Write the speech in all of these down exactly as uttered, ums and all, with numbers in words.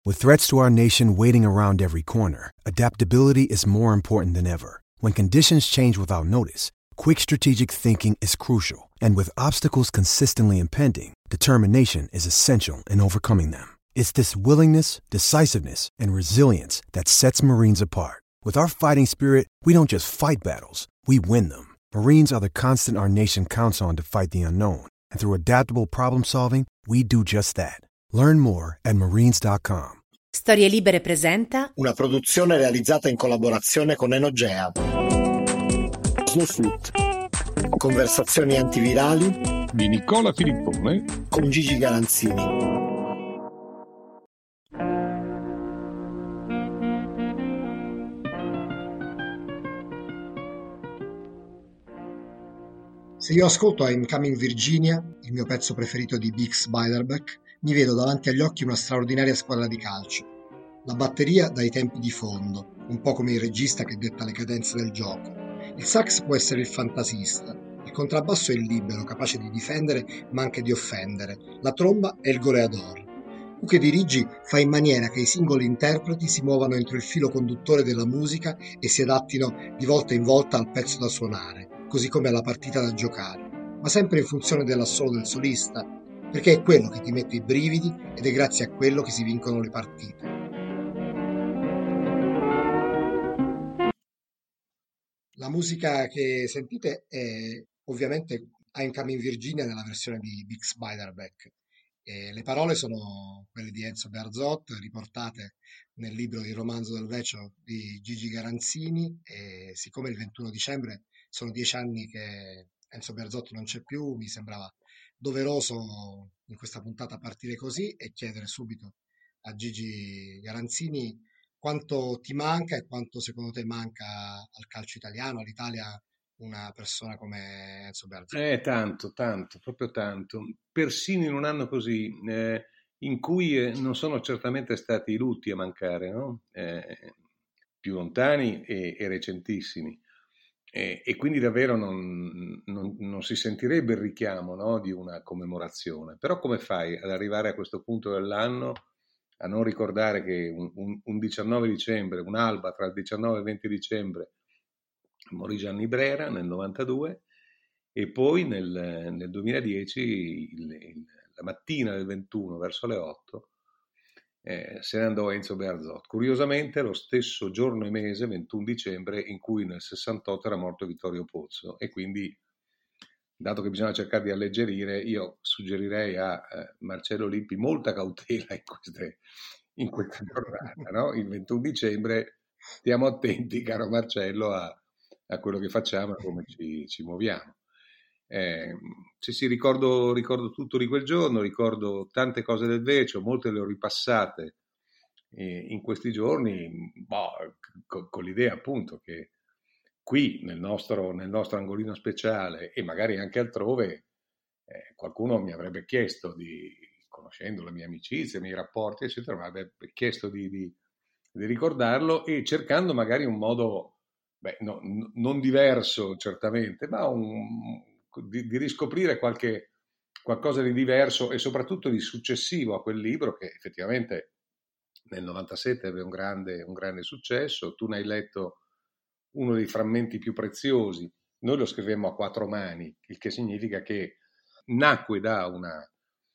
With threats to our nation waiting around every corner, adaptability is more important than ever. When conditions change without notice, quick strategic thinking is crucial. And with obstacles consistently impending, determination is essential in overcoming them. It's this willingness, decisiveness, and resilience that sets Marines apart. With our fighting spirit, we don't just fight battles, we win them. Marines are the constant our nation counts on to fight the unknown. And through adaptable problem solving, we do just that. Learn more at marines dot com. Storie Libere presenta una produzione realizzata in collaborazione con Enogea. Snowfloot. Conversazioni antivirali di Nicola Filippone con Gigi Garanzini. Se io ascolto I'm Coming Virginia, il mio pezzo preferito di Bix Beiderbecke, mi vedo davanti agli occhi una straordinaria squadra di calcio. La batteria dà i tempi di fondo, un po' come il regista che detta le cadenze del gioco. Il sax può essere il fantasista, il contrabbasso è il libero, capace di difendere ma anche di offendere, la tromba è il goleador. Tu che dirigi fai in maniera che i singoli interpreti si muovano entro il filo conduttore della musica e si adattino di volta in volta al pezzo da suonare, così come alla partita da giocare, ma sempre in funzione dell'assolo del solista, perché è quello che ti mette i brividi ed è grazie a quello che si vincono le partite. La musica che sentite è ovviamente I'm Coming Virginia nella versione di Bix Beiderbecke. E le parole sono quelle di Enzo Bearzot, riportate nel libro Il romanzo del Vecio di Gigi Garanzini, e siccome il ventuno dicembre sono dieci anni che Enzo Bearzot non c'è più, mi sembrava doveroso in questa puntata partire così e chiedere subito a Gigi Garanzini quanto ti manca e quanto secondo te manca al calcio italiano, all'Italia, una persona come Enzo Bearzot. Eh, tanto, tanto, proprio tanto. Persino in un anno così, eh, in cui eh, non sono certamente stati i lutti a mancare, no? Eh, più lontani e, e recentissimi. E, e quindi davvero non, non, non si sentirebbe il richiamo, no, di una commemorazione. Però come fai ad arrivare a questo punto dell'anno a non ricordare che un, un, un diciannove dicembre, un'alba tra il diciannove e il venti dicembre, morì Gianni Brera nel novantadue e poi nel, nel duemiladieci, il, il, la mattina del ventuno verso le otto, Eh, se ne andò Enzo Bearzot. Curiosamente lo stesso giorno e mese, ventuno dicembre, in cui nel sessantotto era morto Vittorio Pozzo, e quindi, dato che bisogna cercare di alleggerire, io suggerirei a eh, Marcello Lippi molta cautela in queste, in questa giornata, no? Il ventuno dicembre stiamo attenti, caro Marcello, a, a quello che facciamo e come ci, ci muoviamo. Eh, sì, sì, ricordo, ricordo tutto di quel giorno, ricordo tante cose del Vecio, molte le ho ripassate eh, in questi giorni, boh, con, con l'idea appunto che qui nel nostro, nel nostro angolino speciale e magari anche altrove eh, qualcuno mi avrebbe chiesto di, conoscendo la mia amicizia, i miei rapporti eccetera, mi avrebbe chiesto di, di, di ricordarlo, e cercando magari un modo, beh, no, n- non diverso certamente, ma un Di, di riscoprire qualche, qualcosa di diverso e soprattutto di successivo a quel libro, che effettivamente nel novantasette ebbe un grande, un grande successo. Tu ne hai letto uno dei frammenti più preziosi. Noi lo scrivemmo a quattro mani, il che significa che nacque da una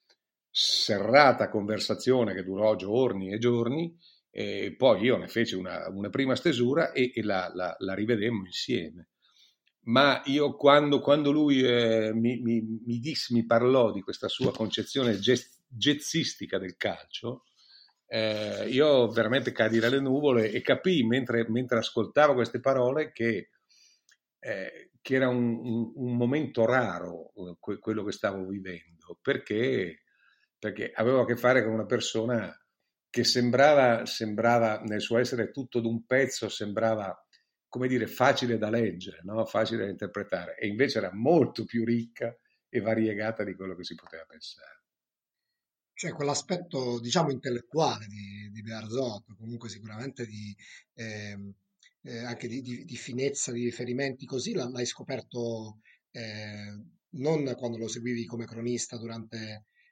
serrata conversazione che durò giorni e giorni, e poi io ne feci una, una prima stesura e, e la, la, la rivedemmo insieme. Ma io quando, quando lui eh, mi, mi, mi disse, mi parlò di questa sua concezione jazzistica del calcio, eh, io veramente cadì dalle nuvole e capii mentre, mentre ascoltavo queste parole che, eh, che era un, un, un momento raro que, quello che stavo vivendo, perché, perché avevo a che fare con una persona che sembrava, sembrava nel suo essere tutto d'un pezzo, sembrava, come dire, facile da leggere, no? Facile da interpretare, e invece era molto più ricca e variegata di quello che si poteva pensare. Cioè quell'aspetto, diciamo, intellettuale di, di Bearzot, comunque sicuramente di, ehm, eh, anche di, di- di finezza, di riferimenti così, l'ha- l'hai scoperto eh, non quando lo seguivi come cronista durante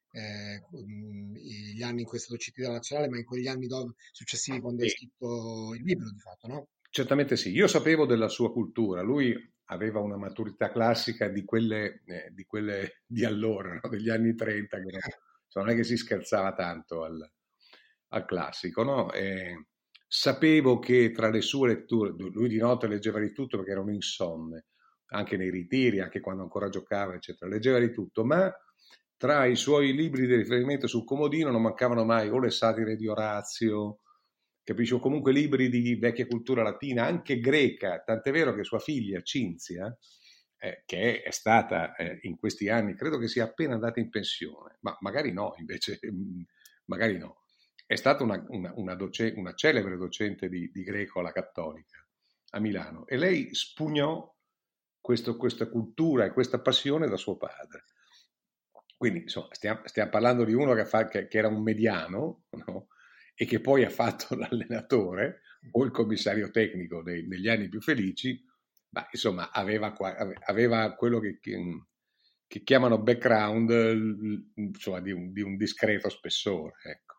eh, gli anni in cui è stato C T della nazionale, ma in quegli anni do- successivi quando hai Sì, scritto il libro, di fatto, no? certamente sì. Io sapevo della sua cultura, lui aveva una maturità classica di quelle, eh, di, quelle di allora, no? Degli anni trenta, che non, cioè, non è che si scherzava tanto al, al classico, no? E sapevo che tra le sue letture, lui di notte leggeva di tutto perché era un insonne, anche nei ritiri, anche quando ancora giocava, eccetera, leggeva di tutto, ma tra i suoi libri di riferimento sul comodino non mancavano mai o le satire di Orazio, capisci, o comunque libri di vecchia cultura latina, anche greca, tant'è vero che sua figlia Cinzia, eh, che è stata eh, in questi anni, credo che sia appena andata in pensione, ma magari no, invece, magari no, è stata una, una, una, doce, una celebre docente di, di greco alla Cattolica a Milano e lei spugnò questo, questa cultura e questa passione da suo padre. Quindi insomma, stiamo, stiamo parlando di uno che, fa, che, che era un mediano, no? E che poi ha fatto l'allenatore o il commissario tecnico dei, negli anni più felici, ma insomma aveva, aveva quello che, che, che chiamano background, insomma, di un, di un discreto spessore. Ecco.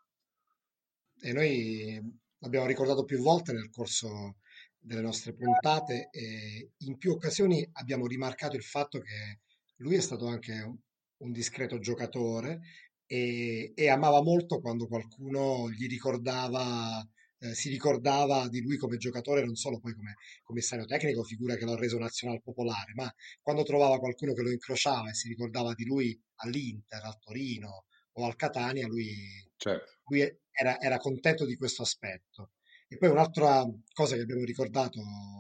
E noi l'abbiamo ricordato più volte nel corso delle nostre puntate e in più occasioni abbiamo rimarcato il fatto che lui è stato anche un, un discreto giocatore e, e amava molto quando qualcuno gli ricordava, eh, si ricordava di lui come giocatore, non solo poi come commissario tecnico, figura che l'ha reso nazionale popolare, ma quando trovava qualcuno che lo incrociava e si ricordava di lui all'Inter, al Torino o al Catania, lui Certo. lui era, era contento di questo aspetto. E poi un'altra cosa che abbiamo ricordato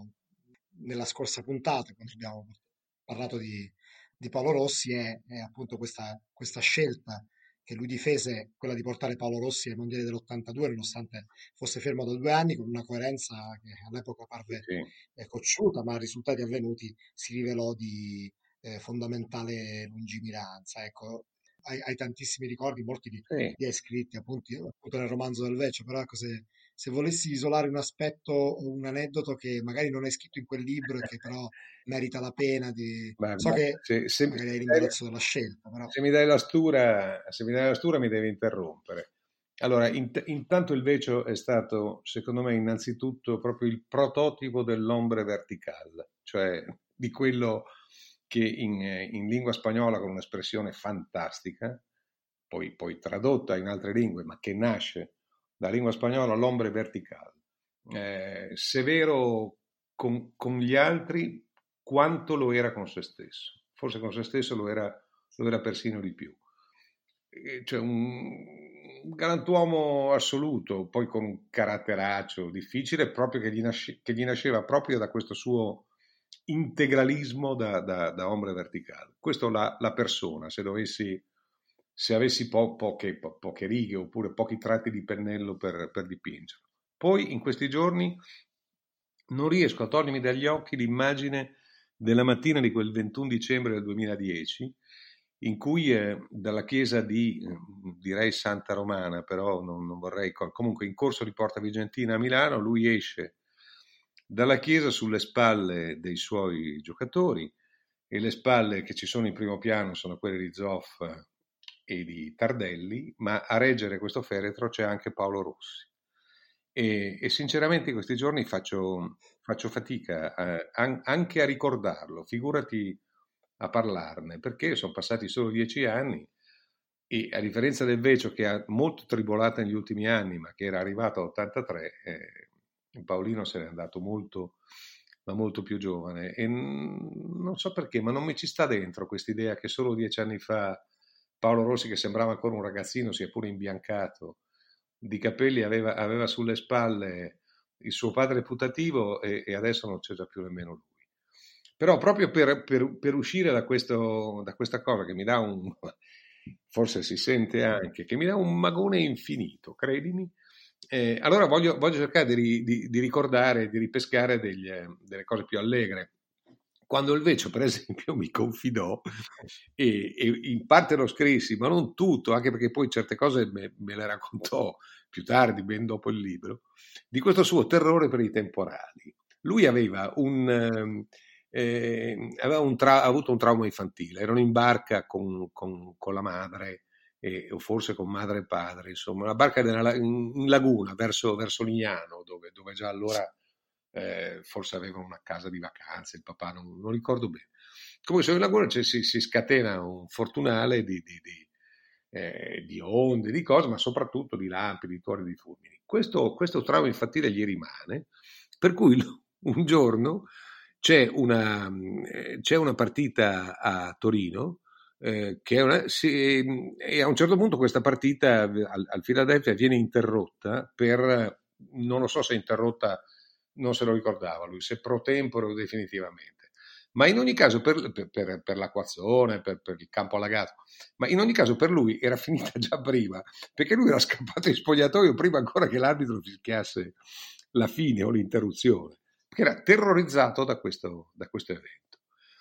nella scorsa puntata, quando abbiamo parlato di, di Paolo Rossi, è, è appunto questa, questa scelta che lui difese, quella di portare Paolo Rossi ai mondiali dell'ottantadue, nonostante fosse fermo da due anni, con una coerenza che all'epoca parve Sì. eh, cocciuta, ma a risultati avvenuti si rivelò di eh, fondamentale lungimiranza. Ecco, hai, hai tantissimi ricordi, molti li, Sì. li hai scritti appunto, appunto nel romanzo del Vecchio, però ecco, se, se volessi isolare un aspetto o un aneddoto che magari non hai scritto in quel libro e che però merita la pena di... So Guarda, che se, se, magari hai se, l'imbarazzo della scelta, però... se mi dai la stura, se mi dai la stura mi devi interrompere. Allora, int- intanto il Vecio è stato, secondo me, innanzitutto proprio il prototipo dell'ombre verticale, cioè di quello che in, in lingua spagnola con un'espressione fantastica, poi, poi tradotta in altre lingue, ma che nasce da lingua spagnola, l'ombre verticale. Eh, severo con, con gli altri quanto lo era con se stesso. Forse con se stesso lo era, lo era persino di più. Cioè un, un galantuomo assoluto, poi con un caratteraccio difficile, proprio che gli, nasce, che gli nasceva proprio da questo suo integralismo da, da, da ombre verticale. Questo la, la persona, se dovessi, se avessi po, poche, po, poche righe oppure pochi tratti di pennello per, per dipingerlo. Poi in questi giorni non riesco a togliermi dagli occhi l'immagine della mattina di quel ventuno dicembre del duemiladieci, in cui eh, dalla chiesa di, eh, direi Santa Romana, però non, non vorrei, comunque in corso di Porta Vigentina a Milano, lui esce dalla chiesa sulle spalle dei suoi giocatori, e le spalle che ci sono in primo piano sono quelle di Zoff e di Tardelli, ma a reggere questo feretro c'è anche Paolo Rossi. E, e sinceramente in questi giorni faccio, faccio fatica a, a, anche a ricordarlo, figurati a parlarne, perché sono passati solo dieci anni e a differenza del Vecio che ha molto tribolato negli ultimi anni, ma che era arrivato a ottantatré, eh, Paolino se n'è andato molto, ma molto più giovane. E non so perché, ma non mi ci sta dentro questa idea che solo dieci anni fa Paolo Rossi, che sembrava ancora un ragazzino, sia pure imbiancato, di capelli, aveva, aveva sulle spalle il suo padre putativo e, e adesso non c'è già più nemmeno lui. Però proprio per, per, per uscire da, questo, da questa cosa che mi dà un, forse si sente anche, che mi dà un magone infinito, credimi, eh, allora voglio, voglio cercare di, di, di ricordare, di ripescare degli, delle cose più allegre. Quando il Vecio, per esempio, mi confidò, e, e in parte lo scrissi, ma non tutto, anche perché poi certe cose me, me le raccontò più tardi, ben dopo il libro, di questo suo terrore per i temporali. Lui aveva un... Eh, aveva un tra- avuto un trauma infantile, erano in barca con, con, con la madre e, o forse con madre e padre, insomma, una barca nella, in, in laguna verso, verso Lignano, dove, dove già allora eh, forse avevano una casa di vacanze, il papà non, non ricordo bene. Comunque sono in laguna, cioè, si, si scatena un fortunale di, di, di, eh, di onde, di cose, ma soprattutto di lampi, di tuoni, di fulmini. Questo, questo trauma infantile gli rimane, per cui un giorno c'è una, c'è una partita a Torino, eh, che è una, si, e a un certo punto questa partita al, al Philadelphia viene interrotta per, non lo so se interrotta, non se lo ricordava lui, se pro tempore o definitivamente. Ma in ogni caso per, per, per l'acquazzone, per, per il campo allagato, ma in ogni caso per lui era finita già prima, perché lui era scappato in spogliatoio prima ancora che l'arbitro fischiasse la fine o l'interruzione, perché era terrorizzato da questo, da questo evento.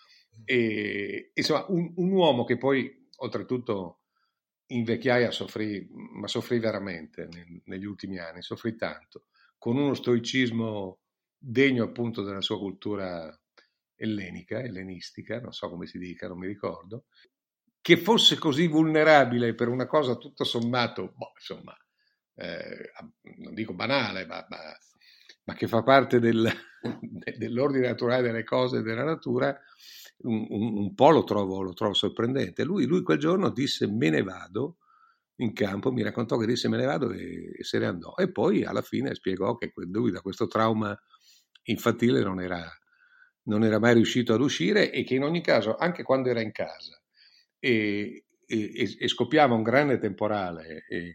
E insomma, un, un uomo che poi oltretutto in vecchiaia soffrì, ma soffrì veramente nel, negli ultimi anni, soffrì tanto, con uno stoicismo degno appunto della sua cultura ellenica, ellenistica, non so come si dica, non mi ricordo, che fosse così vulnerabile per una cosa tutto sommato, boh, insomma, eh, non dico banale, ma, ma, ma che fa parte del, dell'ordine naturale delle cose e della natura, un, un, un po' lo trovo, lo trovo sorprendente. Lui, lui quel giorno disse me ne vado in campo, mi raccontò che disse me ne vado e, e se ne andò. E poi alla fine spiegò che lui da questo trauma infantile non era, non era mai riuscito ad uscire e che in ogni caso, anche quando era in casa e, e, e scoppiava un grande temporale e,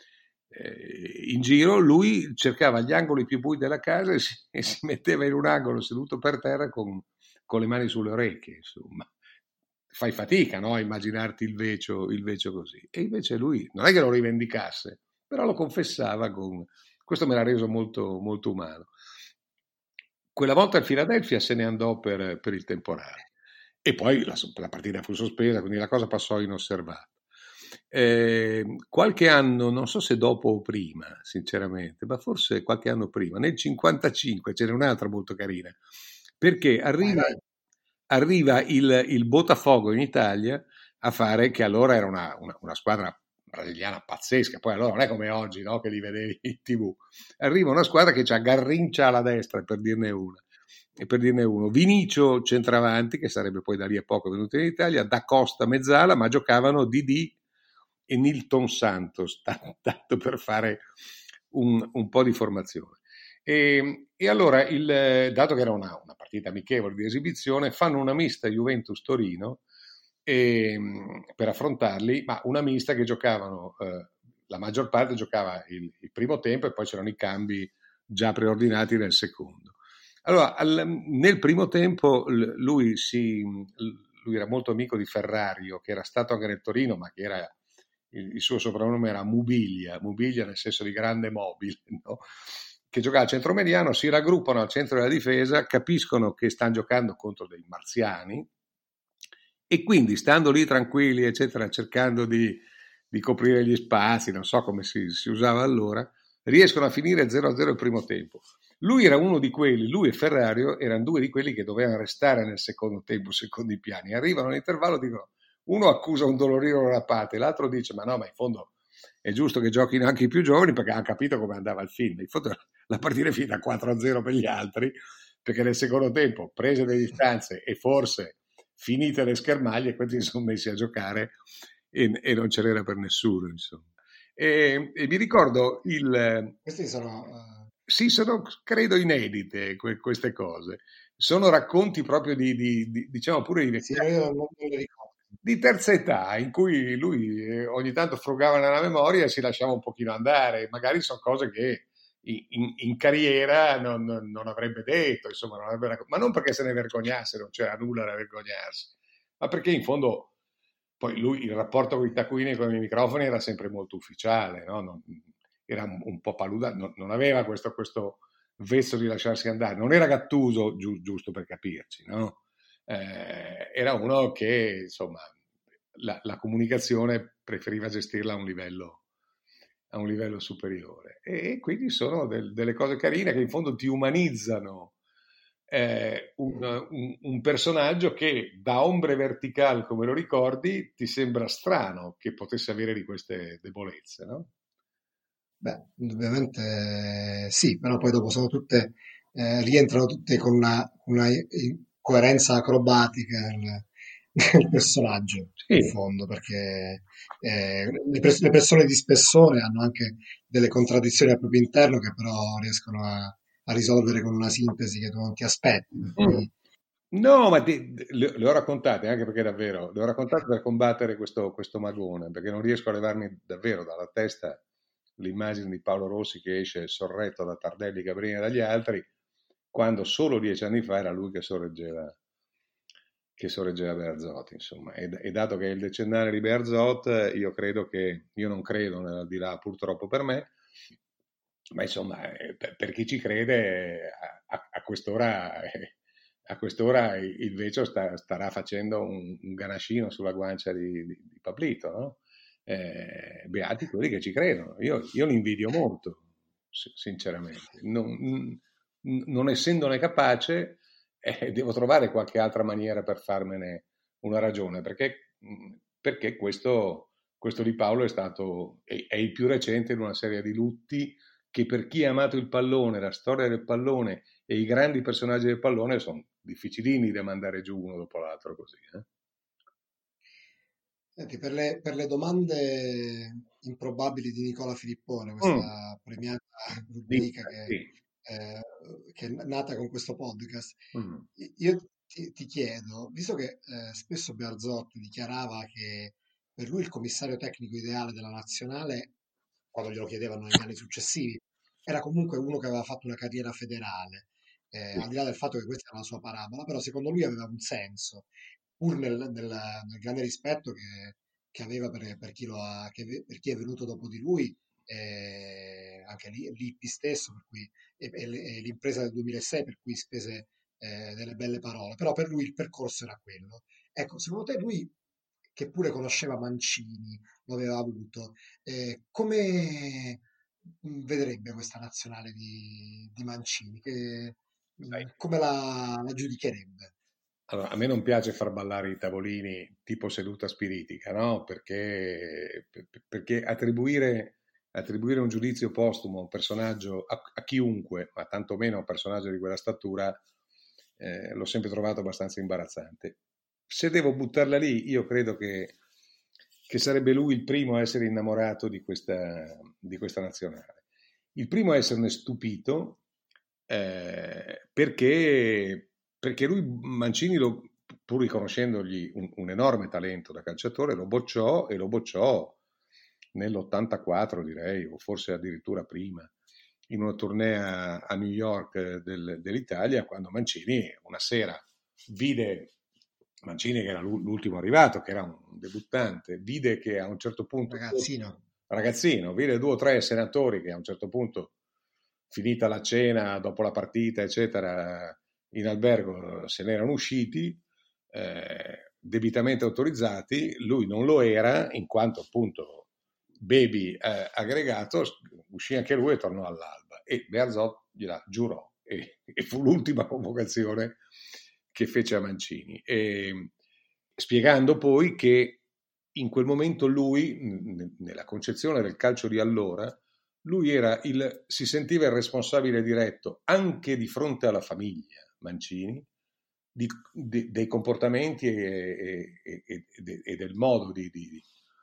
e, in giro, lui cercava gli angoli più bui della casa e si, e si metteva in un angolo seduto per terra con, con le mani sulle orecchie, insomma. Fai fatica, no, a immaginarti il vecio, il vecio così. E invece lui non è che lo rivendicasse, però lo confessava con... Questo me l'ha reso molto, molto umano. Quella volta il Philadelphia se ne andò per, per il temporale e poi la, la partita fu sospesa, quindi la cosa passò inosservata. Eh, qualche anno, non so se dopo o prima, sinceramente, ma forse qualche anno prima, nel cinquantacinque c'era un'altra molto carina, perché arriva, arriva il, il Botafogo in Italia a fare, che allora era una, una, una squadra brasiliana pazzesca, poi allora non è come oggi, no, che li vedevi in tv. Arriva una squadra che c'ha Garrincia alla destra, per dirne una, e per dirne uno, Vinicio centravanti, che sarebbe poi da lì a poco venuto in Italia, Da Costa mezzala, ma giocavano Didi e Nilton Santos, tanto per fare un, un po' di formazione. E, e allora, il, dato che era una, una partita amichevole di esibizione, fanno una mista Juventus-Torino e, per affrontarli, ma una mista che giocavano, eh, la maggior parte giocava il, il primo tempo e poi c'erano i cambi già preordinati nel secondo. Allora, al, nel primo tempo lui, si, lui era molto amico di Ferrario, che era stato anche nel Torino, ma che era, il, il suo soprannome era Mubilia, Mubilia nel senso di grande mobile, no? Che giocava al centromediano, si raggruppano al centro della difesa, capiscono che stanno giocando contro dei marziani e quindi stando lì tranquilli, eccetera, cercando di, di coprire gli spazi, non so come si, si usava allora, riescono a finire zero a zero il primo tempo. Lui era uno di quelli, lui e Ferrario erano due di quelli che dovevano restare nel secondo tempo, secondo i piani. Arrivano all'intervallo e dicono, uno accusa un dolorino alla parte, l'altro dice, ma no, ma in fondo è giusto che giochino anche i più giovani perché hanno capito come andava il film. In fondo la partita è finita quattro a zero per gli altri, perché nel secondo tempo, prese le distanze e forse finite le schermaglie, questi si sono messi a giocare e, e non ce n'era per nessuno, insomma. E, e mi ricordo il... Questi sono... Uh... Sì, sono, credo, inedite que- queste cose. Sono racconti proprio di, di, di diciamo pure di, sì, io non me li ricordo. Di terza età, in cui lui eh, ogni tanto frugava nella memoria e si lasciava un pochino andare. Magari sono cose che in, in carriera non, non, non avrebbe detto, insomma, non avrebbe, ma non perché se ne vergognasse, non c'era nulla da vergognarsi, ma perché in fondo poi lui il rapporto con i taccuini e con i microfoni era sempre molto ufficiale, no? Non, era un, un po' paludato, non, non aveva questo, questo vezzo di lasciarsi andare, non era Gattuso, giu, giusto per capirci, no? Eh, era uno che insomma la, la comunicazione preferiva gestirla a un livello, a un livello superiore e, e quindi sono del, delle cose carine che in fondo ti umanizzano eh, un, un, un personaggio che da ombre vertical, come lo ricordi, ti sembra strano che potesse avere di queste debolezze, no? Beh, ovviamente sì, però poi dopo sono tutte, eh, rientrano tutte con una, una coerenza acrobatica nel, nel personaggio, in Sì. fondo, perché eh, le, pers- le persone di spessore hanno anche delle contraddizioni al proprio interno che però riescono a, a risolvere con una sintesi che tu non ti aspetti. Per cui... No, ma ti, le, le ho raccontate, anche perché davvero, le ho raccontate per combattere questo, questo magone, perché non riesco a levarmi davvero dalla testa l'immagine di Paolo Rossi che esce sorretto da Tardelli, Gabrini e dagli altri, quando solo dieci anni fa era lui che sorreggeva, che sorreggeva Bearzot, insomma. E, e dato che è il decennale di Bearzot, io credo che, io non credo nell'aldilà purtroppo per me, ma insomma, per, per chi ci crede, a, a, a quest'ora... Eh, a quest'ora il Vecio sta, starà facendo un, un ganascino sulla guancia di, di, di Pablito, no? Eh, beati quelli che ci credono. Io, io li invidio molto, sinceramente. Non, non essendone capace, eh, devo trovare qualche altra maniera per farmene una ragione, perché, perché questo, questo di Paolo è stato è, è il più recente in una serie di lutti che per chi ha amato il pallone, la storia del pallone e i grandi personaggi del pallone sono difficilini da mandare giù uno dopo l'altro così. Eh? Senti, per le, per le domande improbabili di Nicola Filippone, Mm. questa premiata rubrica che, Sì. eh, che è nata con questo podcast, Mm. io ti, ti chiedo, visto che eh, spesso Bearzot dichiarava che per lui il commissario tecnico ideale della nazionale, quando glielo chiedevano negli anni successivi, era comunque uno che aveva fatto una carriera federale, eh, al di là del fatto che questa era la sua parabola, però secondo lui aveva un senso pur nel, nel- nel grande rispetto che, che aveva per, per chi lo ha, che- per chi è venuto dopo di lui, eh, anche lì, Lippi stesso, per cui, e, e le- e l'impresa del duemilasei per cui spese eh, delle belle parole, però per lui il percorso era quello. Ecco, secondo te lui, che pure conosceva Mancini, lo aveva avuto, eh, come mh, vedrebbe questa nazionale di, di Mancini? Che, Sai, mh, come la la giudicherebbe? allora, a me non piace far ballare i tavolini tipo seduta spiritica, no? Perché, perché attribuire, attribuire un giudizio postumo a un personaggio, a, a chiunque, ma tantomeno a un personaggio di quella statura, eh, l'ho sempre trovato abbastanza imbarazzante. Se devo buttarla lì, io credo che, che sarebbe lui il primo a essere innamorato di questa, di questa nazionale. Il primo a esserne stupito, eh, perché, perché lui Mancini, lo, pur riconoscendogli un, un enorme talento da calciatore, lo bocciò e lo bocciò nell'ottantaquattro direi, o forse addirittura prima, in una tournée a, a New York del, dell'Italia, quando Mancini una sera vide Mancini, che era l'ultimo arrivato, che era un debuttante, vide che a un certo punto, Ragazzino. ragazzino, vide due o tre senatori che a un certo punto, finita la cena, dopo la partita, eccetera, in albergo se ne erano usciti, eh, debitamente autorizzati, lui non lo era, in quanto appunto baby eh, aggregato, uscì anche lui e tornò all'alba. E Bearzot gliela giurò, e, e fu l'ultima convocazione che fece a Mancini, e, spiegando poi che in quel momento lui, n- nella concezione del calcio di allora, lui era il, si sentiva il responsabile diretto anche di fronte alla famiglia Mancini di, di, dei comportamenti e, e, e, e del modo di, di,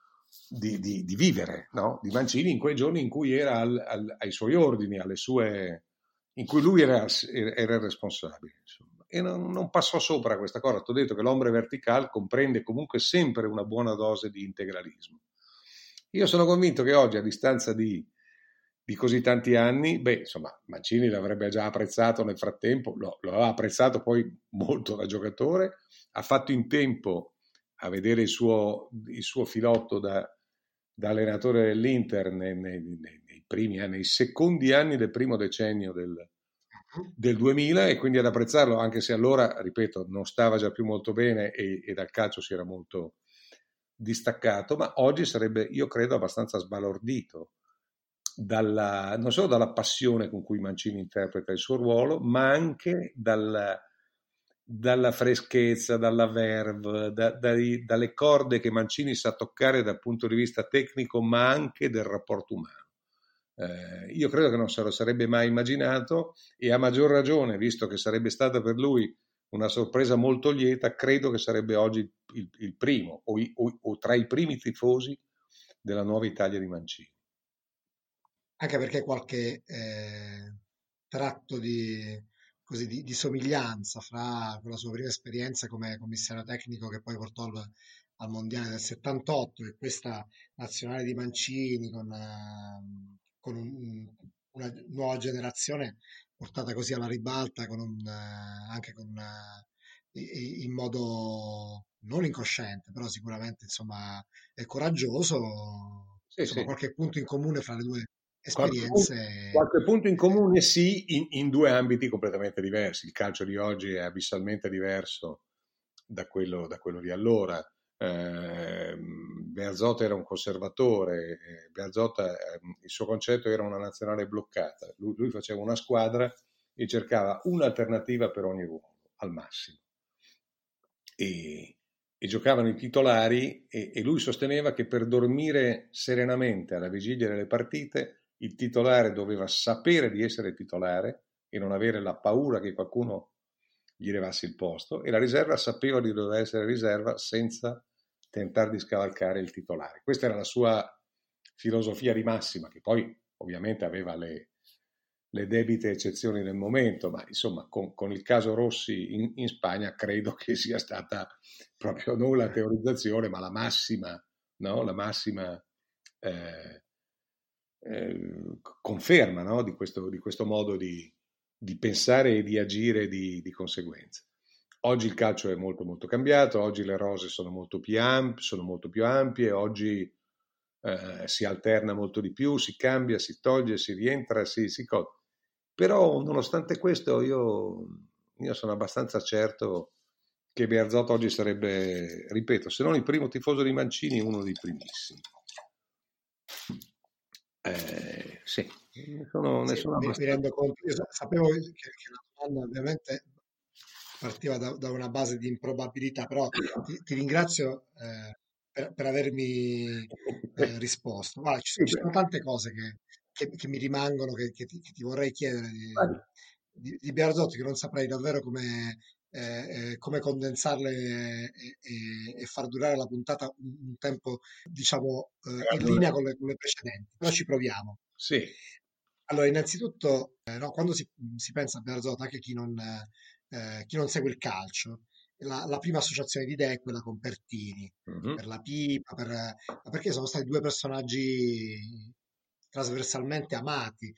di, di vivere, no? Di Mancini in quei giorni in cui era al, al, ai suoi ordini, alle sue, in cui lui era, era il responsabile, insomma. E non, non passò sopra questa cosa. Ti ho detto che l'ombre vertical comprende comunque sempre una buona dose di integralismo. Io sono convinto che oggi, a distanza di, di così tanti anni, beh, insomma, Mancini l'avrebbe già apprezzato nel frattempo, lo, lo aveva apprezzato poi molto da giocatore, ha fatto in tempo a vedere il suo, il suo filotto da, da allenatore dell'Inter nei, nei, nei, nei primi anni, nei secondi anni del primo decennio del, del duemila, e quindi ad apprezzarlo, anche se allora, ripeto, non stava già più molto bene e, e dal calcio si era molto distaccato, ma oggi sarebbe, io credo, abbastanza sbalordito dalla, non solo dalla passione con cui Mancini interpreta il suo ruolo, ma anche dalla, dalla freschezza, dalla verve, da, dai, dalle corde che Mancini sa toccare dal punto di vista tecnico, ma anche del rapporto umano. Eh, io credo che non se lo sarebbe mai immaginato, e a maggior ragione, visto che sarebbe stata per lui una sorpresa molto lieta, credo che sarebbe oggi il, il primo o, o, o tra i primi tifosi della nuova Italia di Mancini. Anche perché qualche eh, tratto di, così, di, di somiglianza fra quella sua prima esperienza come commissario tecnico che poi portò al, al mondiale del settantotto e questa nazionale di Mancini con, eh, con un- una nuova generazione portata così alla ribalta con un, eh, anche con, eh, i- in modo non incosciente, però sicuramente insomma è coraggioso, Sì, insomma sì. qualche punto in comune fra le due Qualche punto, esperienze. qualche punto in comune sì, in, in due ambiti completamente diversi. Il calcio di oggi è abissalmente diverso da quello, da quello di allora. Eh, Bearzot era un conservatore, eh, Bearzot, eh, il suo concetto era una nazionale bloccata. Lui, lui faceva una squadra e cercava un'alternativa per ogni ruolo, al massimo. E, e giocavano i titolari e, e lui sosteneva che per dormire serenamente alla vigilia delle partite il titolare doveva sapere di essere titolare e non avere la paura che qualcuno gli levasse il posto, e la riserva sapeva di dover essere riserva senza tentare di scavalcare il titolare. Questa era la sua filosofia di massima, che poi ovviamente aveva le, le debite eccezioni del momento, ma insomma con, con il caso Rossi in, in Spagna credo che sia stata proprio non la teorizzazione, ma la massima, no? La massima eh, eh, conferma, no? di, questo, di questo modo di, di pensare e di agire di, di conseguenza. Oggi il calcio è molto molto cambiato, oggi le rose sono molto più ampie, sono molto più ampie, oggi eh, si alterna molto di più, si cambia, si toglie, si rientra, si, si co- però nonostante questo io, io sono abbastanza certo che Bearzot oggi sarebbe, ripeto, se non il primo tifoso di Mancini, uno dei primissimi. Eh, sì, ne sono, ne Sì, sono mi, mi abbastanza. rendo conto, io sa- sapevo che, che la domanda ovviamente partiva da, da una base di improbabilità, però ti, ti ringrazio eh, per, per avermi eh, risposto. Guarda, ci, Sì, ci beh, sono tante cose che, che- che mi rimangono, che, che ti, che ti vorrei chiedere di, vai. di, di Bearzot, che non saprei davvero come, eh, eh, come condensarle e, e- e far durare la puntata un, un tempo, diciamo, eh, in linea con le, con le precedenti, però ci proviamo. Sì. Allora, innanzitutto, eh, no, quando si, si pensa a Bearzot, anche chi non, eh, chi non segue il calcio, la, la prima associazione di idee è quella con Pertini, Mhm. per la pipa, per, ma perché sono stati due personaggi trasversalmente amati,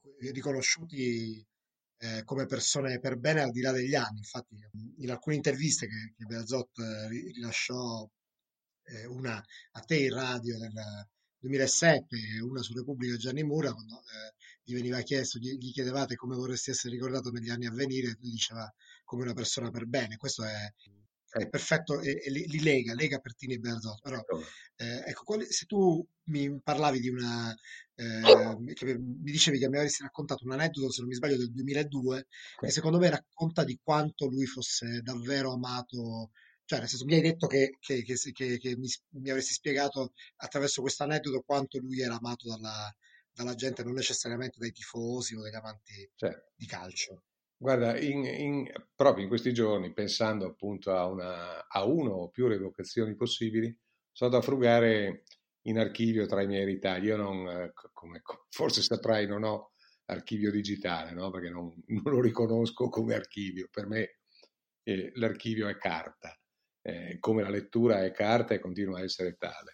riconosciuti eh, come persone per bene al di là degli anni. Infatti, in alcune interviste che, che Bearzot eh, ri- rilasciò, eh, una a te in radio nel duemilasette e una su Repubblica Gianni Mura, quando eh, gli veniva chiesto, gli, gli chiedevate come vorresti essere ricordato negli anni a venire, lui diceva come una persona per bene. Questo è, è Ecco, perfetto e, e li, li lega, lega Pertini e Bearzot. Però, ecco. eh, ecco, quali- se tu mi parlavi di una, eh, che mi dicevi che mi avresti raccontato un aneddoto, se non mi sbaglio, del duemiladue, che secondo me racconta di quanto lui fosse davvero amato. Cioè, nel senso, mi hai detto che, che- che se- che- che mi, mi avresti spiegato attraverso questo aneddoto quanto lui era amato dalla, dalla gente, non necessariamente dai tifosi o dagli amanti Cioè, di calcio. guarda, in- in- proprio in questi giorni, pensando appunto a, una, a uno o più rievocazioni possibili, sono da frugare in archivio tra i miei ritagli. Io non, eh, co- come co- forse saprai, non ho archivio digitale, no? Perché non, non lo riconosco come archivio. Per me eh, l'archivio è carta, eh, come la lettura è carta e continua a essere tale.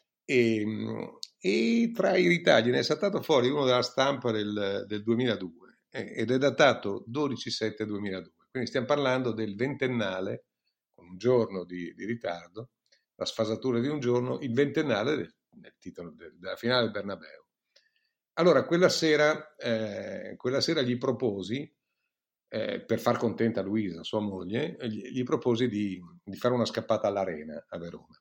E, mh, e tra i ritagli ne è saltato fuori uno della stampa del, del duemiladue eh, ed è datato dodici sette duemiladue, quindi stiamo parlando del ventennale, con un giorno di, di ritardo, la sfasatura di un giorno, il ventennale del, del titolo del, della finale del Bernabeu. Allora, quella sera, eh, quella sera gli proposi, eh, per far contenta Luisa, sua moglie, gli, gli proposi di, di fare una scappata all'Arena a Verona,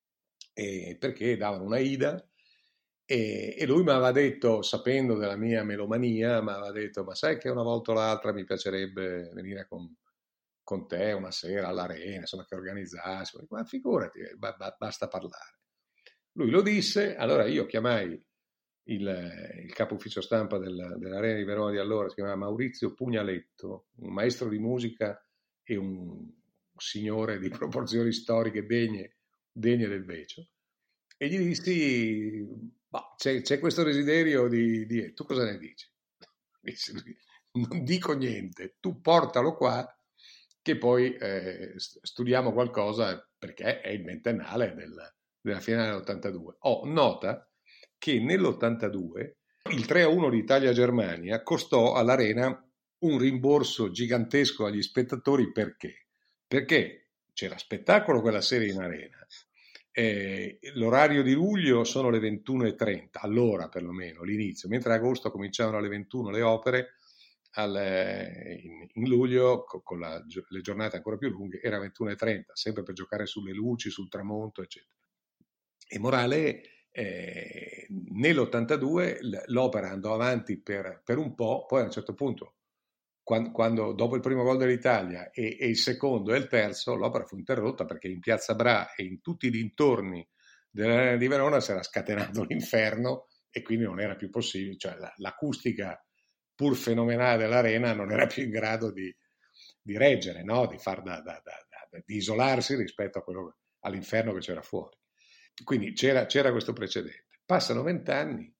e perché davano una ida e, e lui mi aveva detto, sapendo della mia melomania, mi aveva detto, ma sai che una volta o l'altra mi piacerebbe venire con, con te una sera all'Arena, insomma, che organizzassi, ma figurati, ba- ba- basta parlare. Lui lo disse, allora io chiamai il, il capo ufficio stampa del, dell'Arena di Verona di allora, si chiamava Maurizio Pugnaletto, un maestro di musica e un signore di proporzioni storiche degne, degne del Vecio, e gli dissi, bah, c'è, c'è questo desiderio di, di... Tu cosa ne dici? Disse lui, non dico niente, tu portalo qua che poi eh, studiamo qualcosa, perché è il ventennale del, della finale dell'ottantadue. Oh, nota che nell'ottantadue il tre a uno di Italia-Germania costò all'Arena un rimborso gigantesco agli spettatori. Perché? Perché c'era spettacolo quella sera in Arena. Eh, l'orario di luglio sono le ventuno e trenta, allora perlomeno l'inizio, mentre a agosto cominciavano alle ventuno le opere, al, in, in luglio con, con la, le giornate ancora più lunghe era ventuno e trenta, sempre per giocare sulle luci, sul tramonto, eccetera. E morale, eh, nell'ottantadue l'opera andò avanti per, per un po', poi a un certo punto, quando, quando dopo il primo gol dell'Italia e, e il secondo e il terzo, l'opera fu interrotta perché in Piazza Bra e in tutti i dintorni dell'Arena di Verona si era scatenato l'inferno e quindi non era più possibile, cioè la, l'acustica pur fenomenale dell'Arena non era più in grado di, di reggere, no? di, far da, da, da, da, di isolarsi rispetto a quello, all'inferno che c'era fuori. Quindi c'era, c'era questo precedente. Passano vent'anni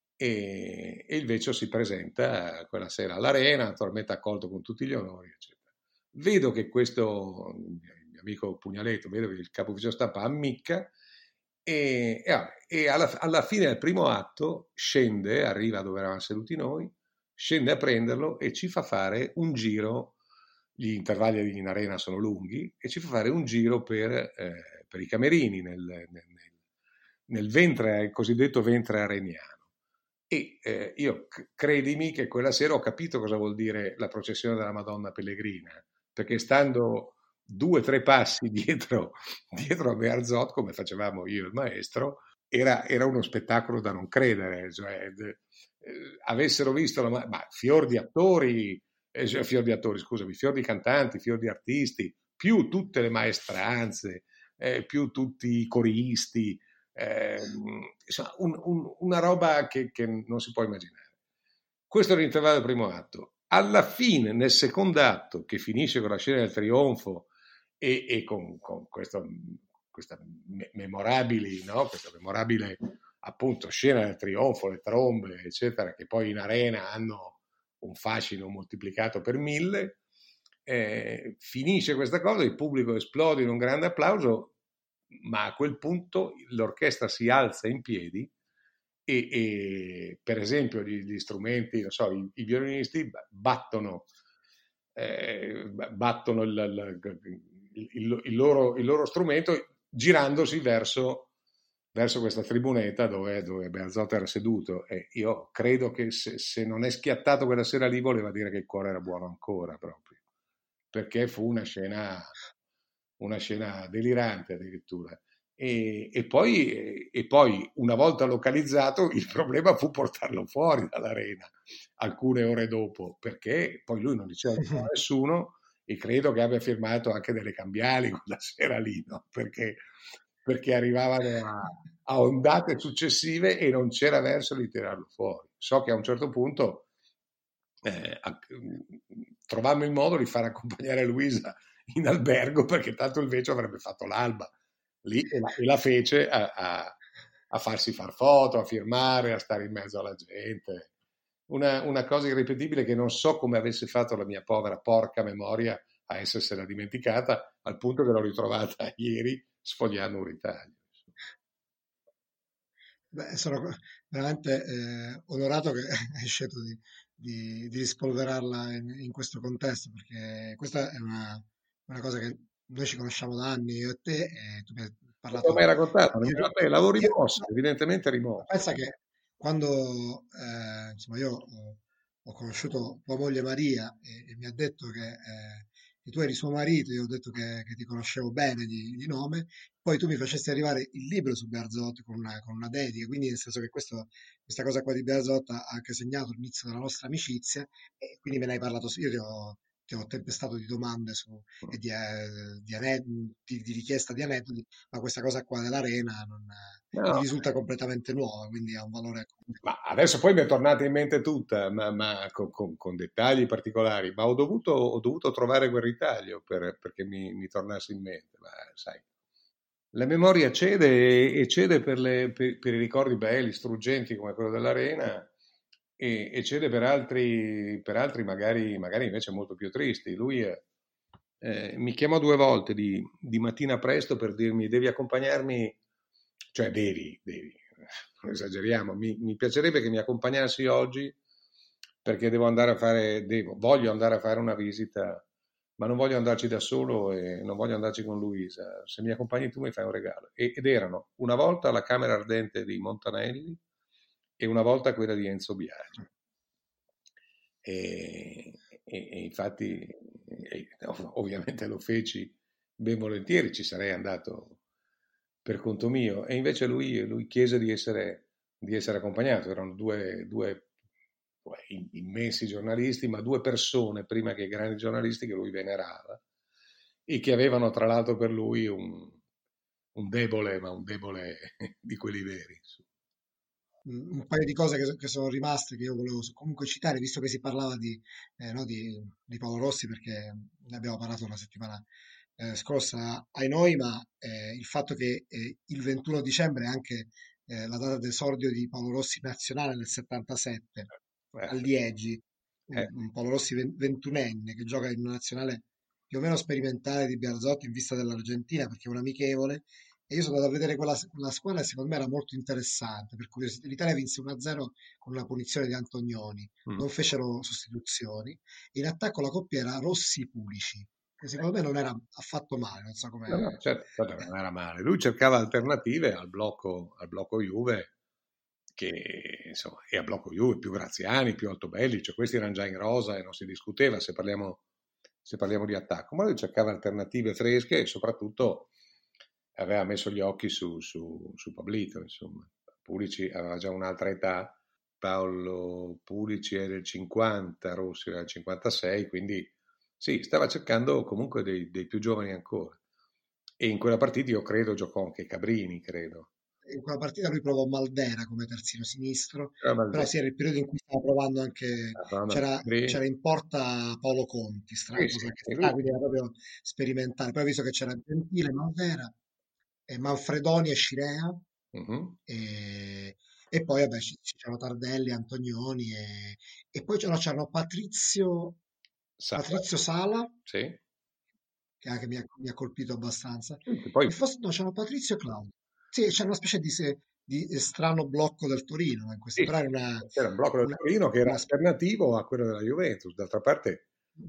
e, e il Vecio si presenta quella sera all'Arena, naturalmente accolto con tutti gli onori, eccetera. Vedo che questo, il mio amico Pugnaletto, vedo che il capo ufficio stampa ammicca e, e, e alla, alla fine del primo atto scende, arriva dove eravamo seduti noi, scende a prenderlo e ci fa fare un giro, gli intervalli in arena sono lunghi, e ci fa fare un giro per, eh, per i camerini nel, nel, nel ventre, il cosiddetto ventre areniano. E eh, io credimi che quella sera ho capito cosa vuol dire la processione della Madonna Pellegrina, perché stando due o tre passi dietro, dietro a Bearzot, come facevamo io e il maestro, era, era uno spettacolo da non credere, cioè, eh, avessero visto, la, ma fior di attori, eh, fior di attori, scusami, fior di cantanti, fior di artisti, più tutte le maestranze, eh, più tutti i coristi, eh, insomma, un, un, una roba che, che non si può immaginare. Questo è l'intervallo del primo atto. Alla fine, nel secondo atto, che finisce con la scena del trionfo e, e con, con questo, questa memorabili, no? questa memorabile appunto scena del trionfo, le trombe, eccetera, che poi in arena hanno un fascino moltiplicato per mille, eh, finisce questa cosa, il pubblico esplode in un grande applauso, ma a quel punto l'orchestra si alza in piedi e, e per esempio gli, gli strumenti, non so, i, i violinisti battono, eh, battono il, il, il, il, loro, il loro strumento girandosi verso, verso questa tribunetta dove, dove Bearzot era seduto, e io credo che se, se non è schiattato quella sera lì voleva dire che il cuore era buono ancora, proprio, perché fu una scena una scena delirante addirittura. E, e, poi, e poi, una volta localizzato, il problema fu portarlo fuori dall'arena alcune ore dopo, perché poi lui non diceva a nessuno e credo che abbia firmato anche delle cambiali quella sera lì, no? perché, perché arrivavano a, a ondate successive e non c'era verso di tirarlo fuori. So che a un certo punto eh, trovammo il modo di far accompagnare Luisa in albergo, perché tanto il Vecio avrebbe fatto l'alba lì e la, e la fece a, a, a farsi far foto, a firmare, a stare in mezzo alla gente. Una, una cosa irripetibile che non so come avesse fatto la mia povera porca memoria a essersela dimenticata, al punto che l'ho ritrovata ieri sfogliando un ritaglio. Beh, sono veramente eh, onorato che hai scelto di, di, di rispolverarla in, in questo contesto, perché questa è una, una cosa che noi ci conosciamo da anni, io e te, e tu mi hai Non l'ho parlato. mai raccontato, Io, vabbè, lavoro io- rimosso, no, evidentemente rimosso. pensa che quando eh, insomma, io ho, ho conosciuto tua moglie Maria e, e mi ha detto che, eh, che tu eri suo marito, io ho detto che, che ti conoscevo bene di, di nome, poi tu mi facesti arrivare il libro su Bearzot con una, con una dedica, quindi nel senso che questo, questa cosa qua di Bearzot ha anche segnato l'inizio della nostra amicizia e quindi me ne hai parlato, io ti ho, ti ho tempestato di domande su, e di, eh, di, ane- di- di richiesta di aneddoti, ma questa cosa qua dell'arena non, mi No, risulta completamente nuova, quindi ha un valore. ma adesso poi mi è tornata in mente tutta, ma, ma con, con- con dettagli particolari, ma ho dovuto, ho dovuto trovare quel ritaglio per- perché mi, mi tornasse in mente, ma sai, la memoria cede e, e cede per, le- per- per i ricordi belli, struggenti come quello dell'arena e, e cede per altri, per altri magari, magari invece molto più tristi. Lui eh, eh, mi chiamò due volte di, di mattina presto per dirmi devi accompagnarmi, cioè devi, devi, non esageriamo, mi, mi piacerebbe che mi accompagnassi oggi perché devo andare a fare, devo, voglio andare a fare una visita, ma non voglio andarci da solo e non voglio andarci con Luisa. Se mi accompagni tu mi fai un regalo. E- ed erano una volta la Camera Ardente di Montanelli e una volta quella di Enzo Biagi. E, e- e infatti, e- ovviamente lo feci ben volentieri, ci sarei andato per conto mio. E invece lui, lui chiese di essere, di essere accompagnato. Erano due, due due immensi giornalisti, ma due persone prima che i grandi giornalisti che lui venerava e che avevano tra l'altro per lui un, un debole, ma un debole di quelli veri. Insomma. Mm, un paio di cose che, che sono rimaste che io volevo s- comunque citare, visto che si parlava di, eh, no, di, di Paolo Rossi, perché ne abbiamo parlato la settimana eh, scorsa ai noi, ma eh, il fatto che eh, il ventuno dicembre è anche eh, la data d'esordio di Paolo Rossi nazionale nel settantasette Eh, a Liegi, un, eh, un Paolo Rossi ven- ventunenne che gioca in una nazionale più o meno sperimentale di Bearzot in vista dell'Argentina perché è un amichevole e io sono andato a vedere quella, quella squadra e secondo me era molto interessante. Per curiosità, l'Italia vinse uno a zero con una punizione di Antonioni, mm. non fecero sostituzioni. In attacco la coppia era Rossi-Pulici, che secondo me non era affatto male, non so No, no, come. certo, certo, non era male. Lui cercava alternative al blocco, al blocco Juve, che insomma, e al blocco Juve più Graziani, più Altobelli, cioè questi erano già in rosa e non si discuteva se parliamo, se parliamo di attacco, ma lui cercava alternative fresche e soprattutto aveva messo gli occhi su, su, su Pablito, insomma. Pulici aveva già un'altra età, Paolo Pulici è del cinquanta, Rossi era del cinquantasei, quindi sì, stava cercando comunque dei, dei più giovani ancora. E in quella partita io credo giocò anche Cabrini, credo. In quella partita lui provò Maldera come terzino sinistro, Era però Maldini. sì, era il periodo in cui stava provando anche, Ah, parlando di c'era Cabrini. c'era in porta Paolo Conti, Sì, stra, sì, cosa che e strana, lui. quindi era proprio sperimentale. Poi ho visto che c'era Gentile, Maldera, e Manfredoni e Scirea, Mhm. e, e poi vabbè ci- c'erano Tardelli, Antonioni, e, e poi c'erano, c'erano Patrizio, Sala, Patrizio Sala, sì. che anche mi ha, mi ha colpito abbastanza. Che poi E forse no, c'era Patrizio e Claudio. Sì, c'era una specie di, se- di strano blocco del Torino, no, in questo, sì, però era una, c'era un blocco del una- Torino che era una- alternativo a quello della Juventus. D'altra parte,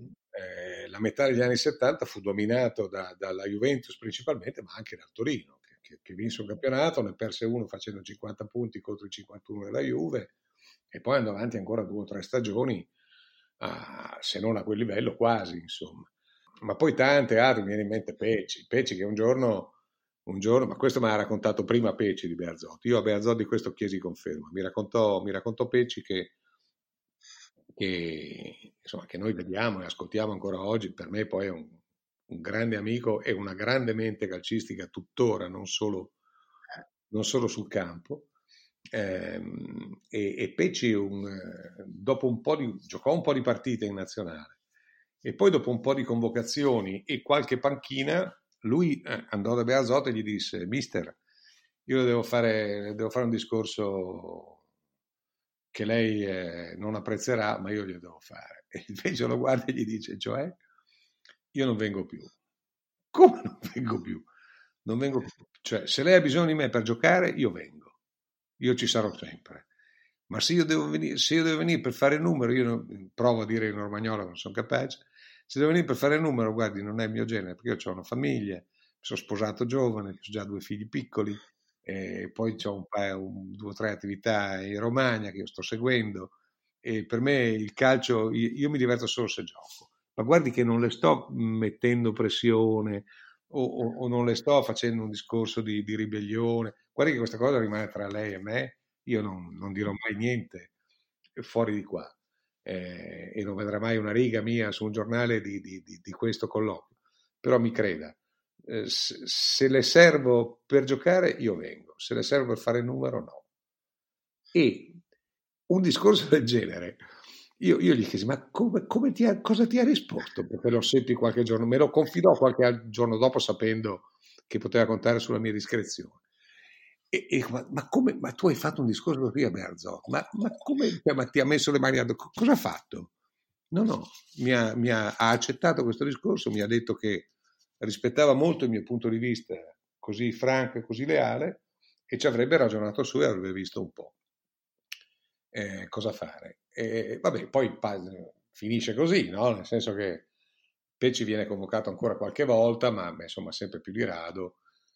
eh, la metà degli anni settanta fu dominato da- dalla Juventus principalmente, ma anche dal Torino, che, che- che vinse un campionato, ne perse uno facendo cinquanta punti contro i cinquantuno della Juve, e poi andò avanti ancora due o tre stagioni, a- se non a quel livello, quasi, insomma. Ma poi tante altre, mi viene in mente Pecci, Pecci che un giorno, un giorno, ma questo mi ha raccontato prima Pecci di Bearzot. Io a Bearzot di questo chiesi conferma. Mi raccontò, mi raccontò Pecci che, che, insomma, che noi vediamo e ascoltiamo ancora oggi. Per me poi è un, un grande amico e una grande mente calcistica tuttora, non solo, non solo sul campo. Ehm, e, e Pecci un, eh, dopo un po' di, giocò un po' di partite in nazionale e poi dopo un po' di convocazioni e qualche panchina lui eh, andò da Bearzot e gli disse mister, io devo fare, devo fare un discorso che lei eh, non apprezzerà ma io glielo devo fare e invece lo guarda e gli dice cioè io non vengo più. Come non vengo più? Non vengo più. Cioè se lei ha bisogno di me per giocare io vengo, io ci sarò sempre. Ma se io devo venire, se io devo venire per fare il numero, io non, provo a dire in romagnolo, non sono capace. Se devo venire per fare il numero, guardi, non è il mio genere, perché io ho una famiglia, mi sono sposato giovane, ho già due figli piccoli, e poi ho un paio, un, due o tre attività in Romagna che io sto seguendo. E per me il calcio, io, io mi diverto solo se gioco. Ma guardi che non le sto mettendo pressione o, o, o non le sto facendo un discorso di, di ribellione. Guardi che questa cosa rimane tra lei e me io non, non dirò mai niente fuori di qua. eh, e non vedrà mai una riga mia su un giornale di, di, di, di questo colloquio. Però mi creda, eh, se, se le servo per giocare io vengo, se le servo per fare il numero no. E un discorso del genere, io, io gli chiesi, ma come, come ti ha, cosa ti ha risposto? Perché lo seppi qualche giorno, me lo confidò qualche giorno dopo sapendo che poteva contare sulla mia discrezione. E, e, ma, ma, come, ma tu hai fatto un discorso così a Bearzot? Ma, ma come ma ti ha messo le mani addosso? Cosa ha fatto? No, no, mi, ha, mi ha, ha accettato questo discorso, mi ha detto che rispettava molto il mio punto di vista così franco e così leale e ci avrebbe ragionato su e avrebbe visto un po' eh, cosa fare. E vabbè, poi pa- finisce così, no? Nel senso che Pecci viene convocato ancora qualche volta, ma insomma sempre più di rado.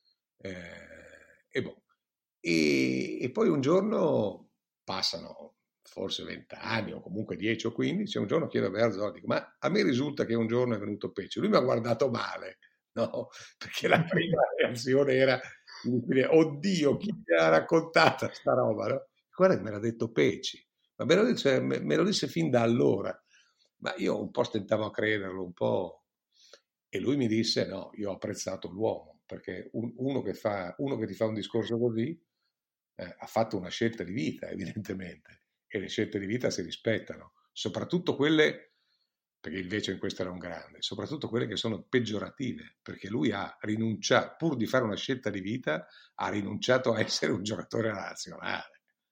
Eh, e, boh. e, e poi un giorno passano forse vent'anni o comunque dieci o quindici, un giorno chiedo a Bearzot, dico, ma a me risulta che un giorno è venuto Pecci. Lui mi ha guardato male, no? Perché la prima reazione era, oddio, chi mi ha raccontata sta roba, no? Guarda che me l'ha detto Pecci, ma me lo, dice, me, me lo disse fin da allora. Ma io un po' stentavo a crederlo, un po'. E lui mi disse, no, io ho apprezzato l'uomo, perché un, uno, che fa, uno che ti fa un discorso così eh, ha fatto una scelta di vita, evidentemente, e le scelte di vita si rispettano, soprattutto quelle, perché invece in questo era un grande, soprattutto quelle che sono peggiorative, perché lui ha rinunciato, pur di fare una scelta di vita, ha rinunciato a essere un giocatore nazionale.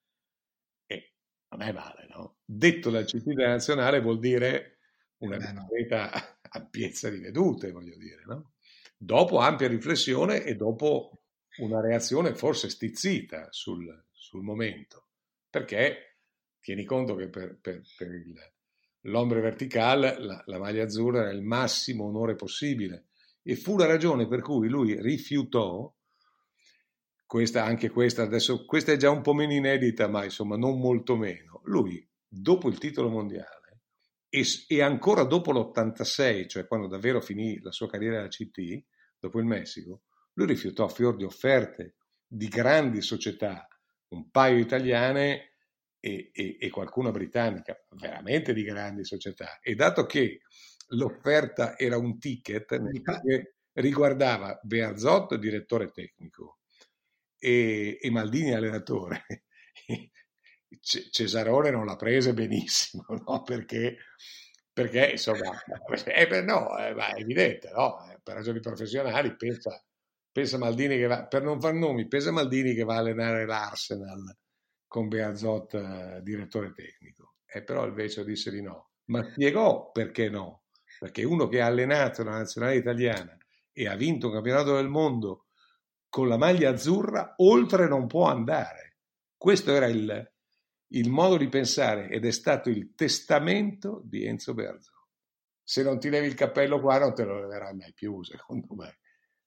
E non è male, no? Detto dal C T della nazionale vuol dire una Beh, no. discreta ampiezza di vedute, voglio dire, no? Dopo ampia riflessione e dopo una reazione forse stizzita sul, sul momento, perché tieni conto che per, per, per il, l'ombre vertical la, la maglia azzurra era il massimo onore possibile e fu la ragione per cui lui rifiutò questa, anche questa, adesso questa è già un po' meno inedita, ma insomma non molto meno. Lui, dopo il titolo mondiale e, e ancora dopo l'ottantasei, cioè quando davvero finì la sua carriera alla C T, dopo il Messico, lui rifiutò a fior di offerte di grandi società, un paio italiane e, e, e qualcuna britannica, veramente di grandi società. E dato che l'offerta era un ticket che riguardava Bearzot, direttore tecnico, e, e Maldini allenatore, Cesarone non l'ha presa benissimo, no? Perché, perché insomma, eh, no, eh, è evidente, no? Per ragioni professionali pensa, pensa Maldini che va, per non far nomi, pensa Maldini che va a allenare l'Arsenal con Bearzot eh, direttore tecnico, e però invece disse di no, ma spiegò perché no, perché uno che ha allenato la nazionale italiana e ha vinto un campionato del mondo con la maglia azzurra, oltre non può andare. Questo era il, il modo di pensare ed è stato il testamento di Enzo Bearzot. Se non ti levi il cappello qua non te lo leverai mai più, secondo me.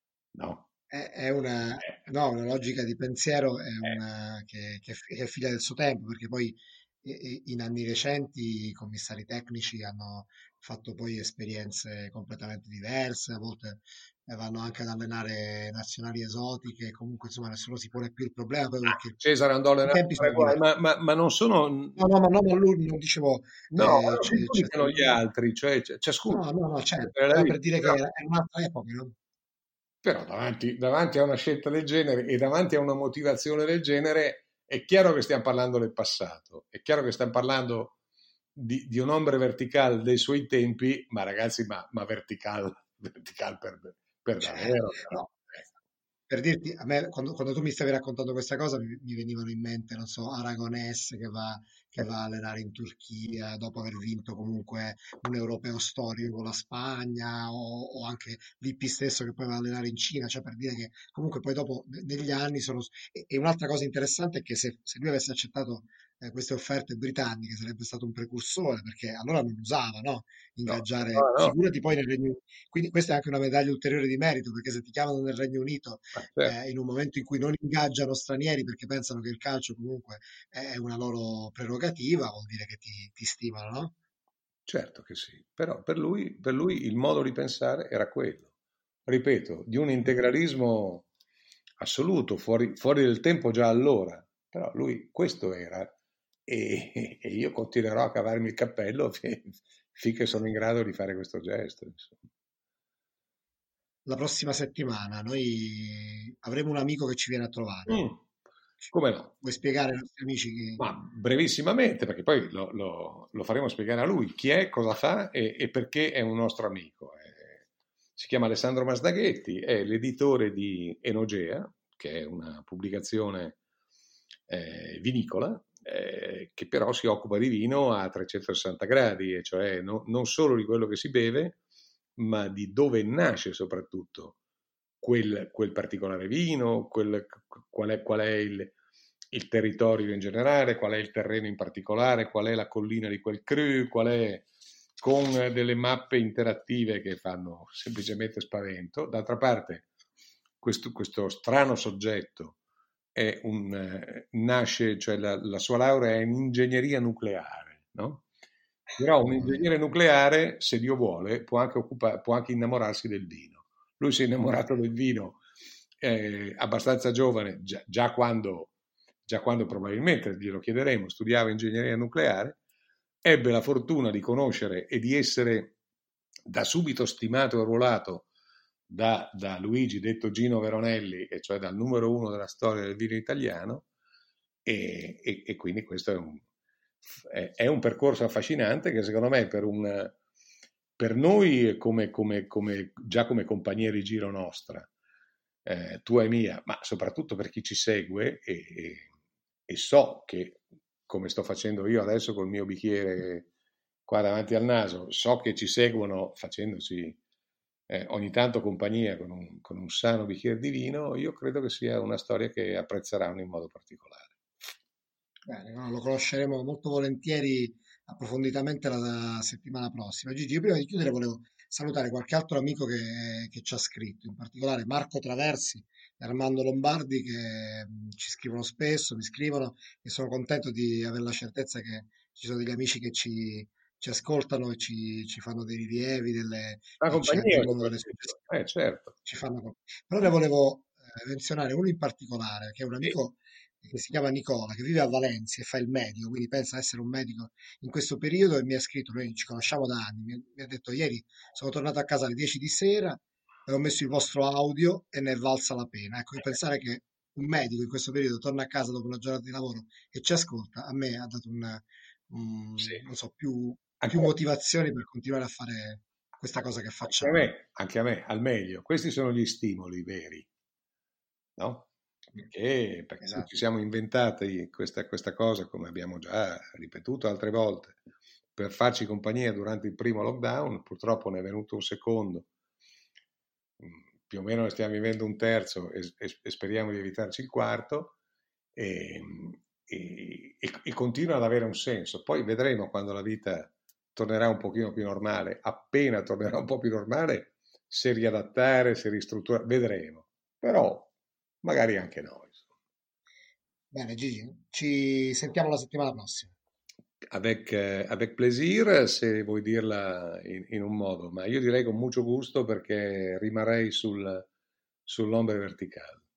No. È, è una, Eh, no, una logica di pensiero è eh, una, che, che, che è figlia del suo tempo, perché poi e- e in anni recenti i commissari tecnici hanno fatto poi esperienze completamente diverse, a volte eh, vanno anche ad allenare nazionali esotiche, comunque insomma nessuno si pone più il problema proprio perché Cesare andò a i allenare tempi a sono Paraguay, diversi. ma, ma, ma non sono... No, no, ma no, ma lui non dicevo, No, ma eh, non si c'è- c'è- giudicano gli altri, cioè ciascuno no, no, no, certo, per la era per vita. dire che Però, era era un'altra epoca, no? però davanti, davanti a una scelta del genere e davanti a una motivazione del genere è chiaro che stiamo parlando del passato, è chiaro che stiamo parlando di, di un ombre vertical dei suoi tempi, ma ragazzi, ma, ma vertical, vertical per, per Certo, davvero, però. no. Per dirti, a me quando, quando tu mi stavi raccontando questa cosa mi, mi venivano in mente, non so, Aragonés che va, che va a allenare in Turchia dopo aver vinto comunque un europeo storico con la Spagna o, o anche Lippi stesso che poi va a allenare in Cina, cioè per dire che comunque poi dopo ne- negli anni sono... E, e un'altra cosa interessante è che se, se lui avesse accettato eh, queste offerte britanniche sarebbe stato un precursore perché allora non usava, no? No, Ingaggiare, no, no, figurati poi nel Regno Unito. Quindi questa è anche una medaglia ulteriore di merito perché se ti chiamano nel Regno Unito ma certo. eh, in un momento in cui non ingaggiano stranieri perché pensano che il calcio comunque è una loro prerogativa, vuol dire che ti, ti stimano, no? Certo che sì, però per lui, per lui il modo di pensare era quello, ripeto, di un integralismo assoluto, fuori, fuori del tempo già allora, però lui questo era e, e io continuerò a cavarmi il cappello fin- finché sono in grado di fare questo gesto, insomma. La prossima settimana noi avremo un amico che ci viene a trovare. Mm, come no? Vuoi spiegare ai nostri amici chi... Ma brevissimamente, perché poi lo, lo- lo faremo spiegare a lui chi è, cosa fa e, e perché è un nostro amico. Eh, si chiama Alessandro Masdaghetti, è l'editore di Enogea, che è una pubblicazione eh, vinicola, eh, che però si occupa di vino a trecentosessanta gradi, e cioè no- non solo di quello che si beve, ma di dove nasce soprattutto quel, quel particolare vino, quel- qual è, qual è il, il territorio in generale, qual è il terreno in particolare, qual è la collina di quel cru, qual è, con delle mappe interattive che fanno semplicemente spavento. D'altra parte, questo, questo strano soggetto è un, eh, nasce, cioè la, la sua laurea è in ingegneria nucleare, no? Però un Mamma mia. ingegnere nucleare, se Dio vuole, può anche, occupa- può anche innamorarsi del vino. Lui si è innamorato del vino eh, abbastanza giovane, già, già quando, già quando probabilmente, glielo chiederemo, studiava ingegneria nucleare, ebbe la fortuna di conoscere e di essere da subito stimato e arruolato da, da Luigi, detto Gino Veronelli, e cioè dal numero uno della storia del vino italiano, e, e, e quindi questo è un, è, è un percorso affascinante che secondo me per, un, per noi come, come, come, già come compagnia di giro nostra, eh, tua e mia, ma soprattutto per chi ci segue e, e, e so che, come sto facendo io adesso col mio bicchiere qua davanti al naso, so che ci seguono facendoci eh, ogni tanto compagnia con un, con un sano bicchiere di vino, io credo che sia una storia che apprezzeranno in modo particolare. Bene, no, lo conosceremo molto volentieri approfonditamente la, la settimana prossima. Gigi, io prima di chiudere volevo salutare qualche altro amico che, che ci ha scritto, in particolare Marco Traversi e Armando Lombardi che mh, ci scrivono spesso, mi scrivono e sono contento di avere la certezza che ci sono degli amici che ci, ci ascoltano e ci, ci fanno dei rilievi delle, La e ci compagnia aggiungono delle soprattutto, suggestioni. eh certo. Ci fanno... Però ne volevo eh, menzionare uno in particolare, che è un Sì. amico che si chiama Nicola, che vive a Valencia e fa il medico, quindi pensa di essere un medico in questo periodo e mi ha scritto, noi ci conosciamo da anni, mi, mi ha detto ieri sono tornato a casa alle dieci di sera e ho messo il vostro audio e ne è valsa la pena. Ecco, io pensare che un medico in questo periodo torna a casa dopo una giornata di lavoro e ci ascolta, a me ha dato un, Sì. un- non so, più, più Anche, motivazioni per continuare a fare questa cosa che anche a facciamo. me, anche a me, al meglio. Questi sono gli stimoli veri, no? Perché, perché noi Esatto. ci siamo inventati questa, questa cosa, come abbiamo già ripetuto altre volte, per farci compagnia durante il primo lockdown. Purtroppo ne è venuto un secondo, mm, più o meno ne stiamo vivendo un terzo e, e- e speriamo di evitarci il quarto, e, e- e- e continua ad avere un senso. Poi vedremo quando la vita tornerà un pochino più normale, appena tornerà un po' più normale, se riadattare, se ristrutturare, vedremo. Però magari anche noi. Bene, Gigi, ci sentiamo la settimana prossima. Avec, eh, avec plaisir, se vuoi dirla in, in un modo, ma io direi con mucho gusto perché rimarrei sul, sull'ombre verticale.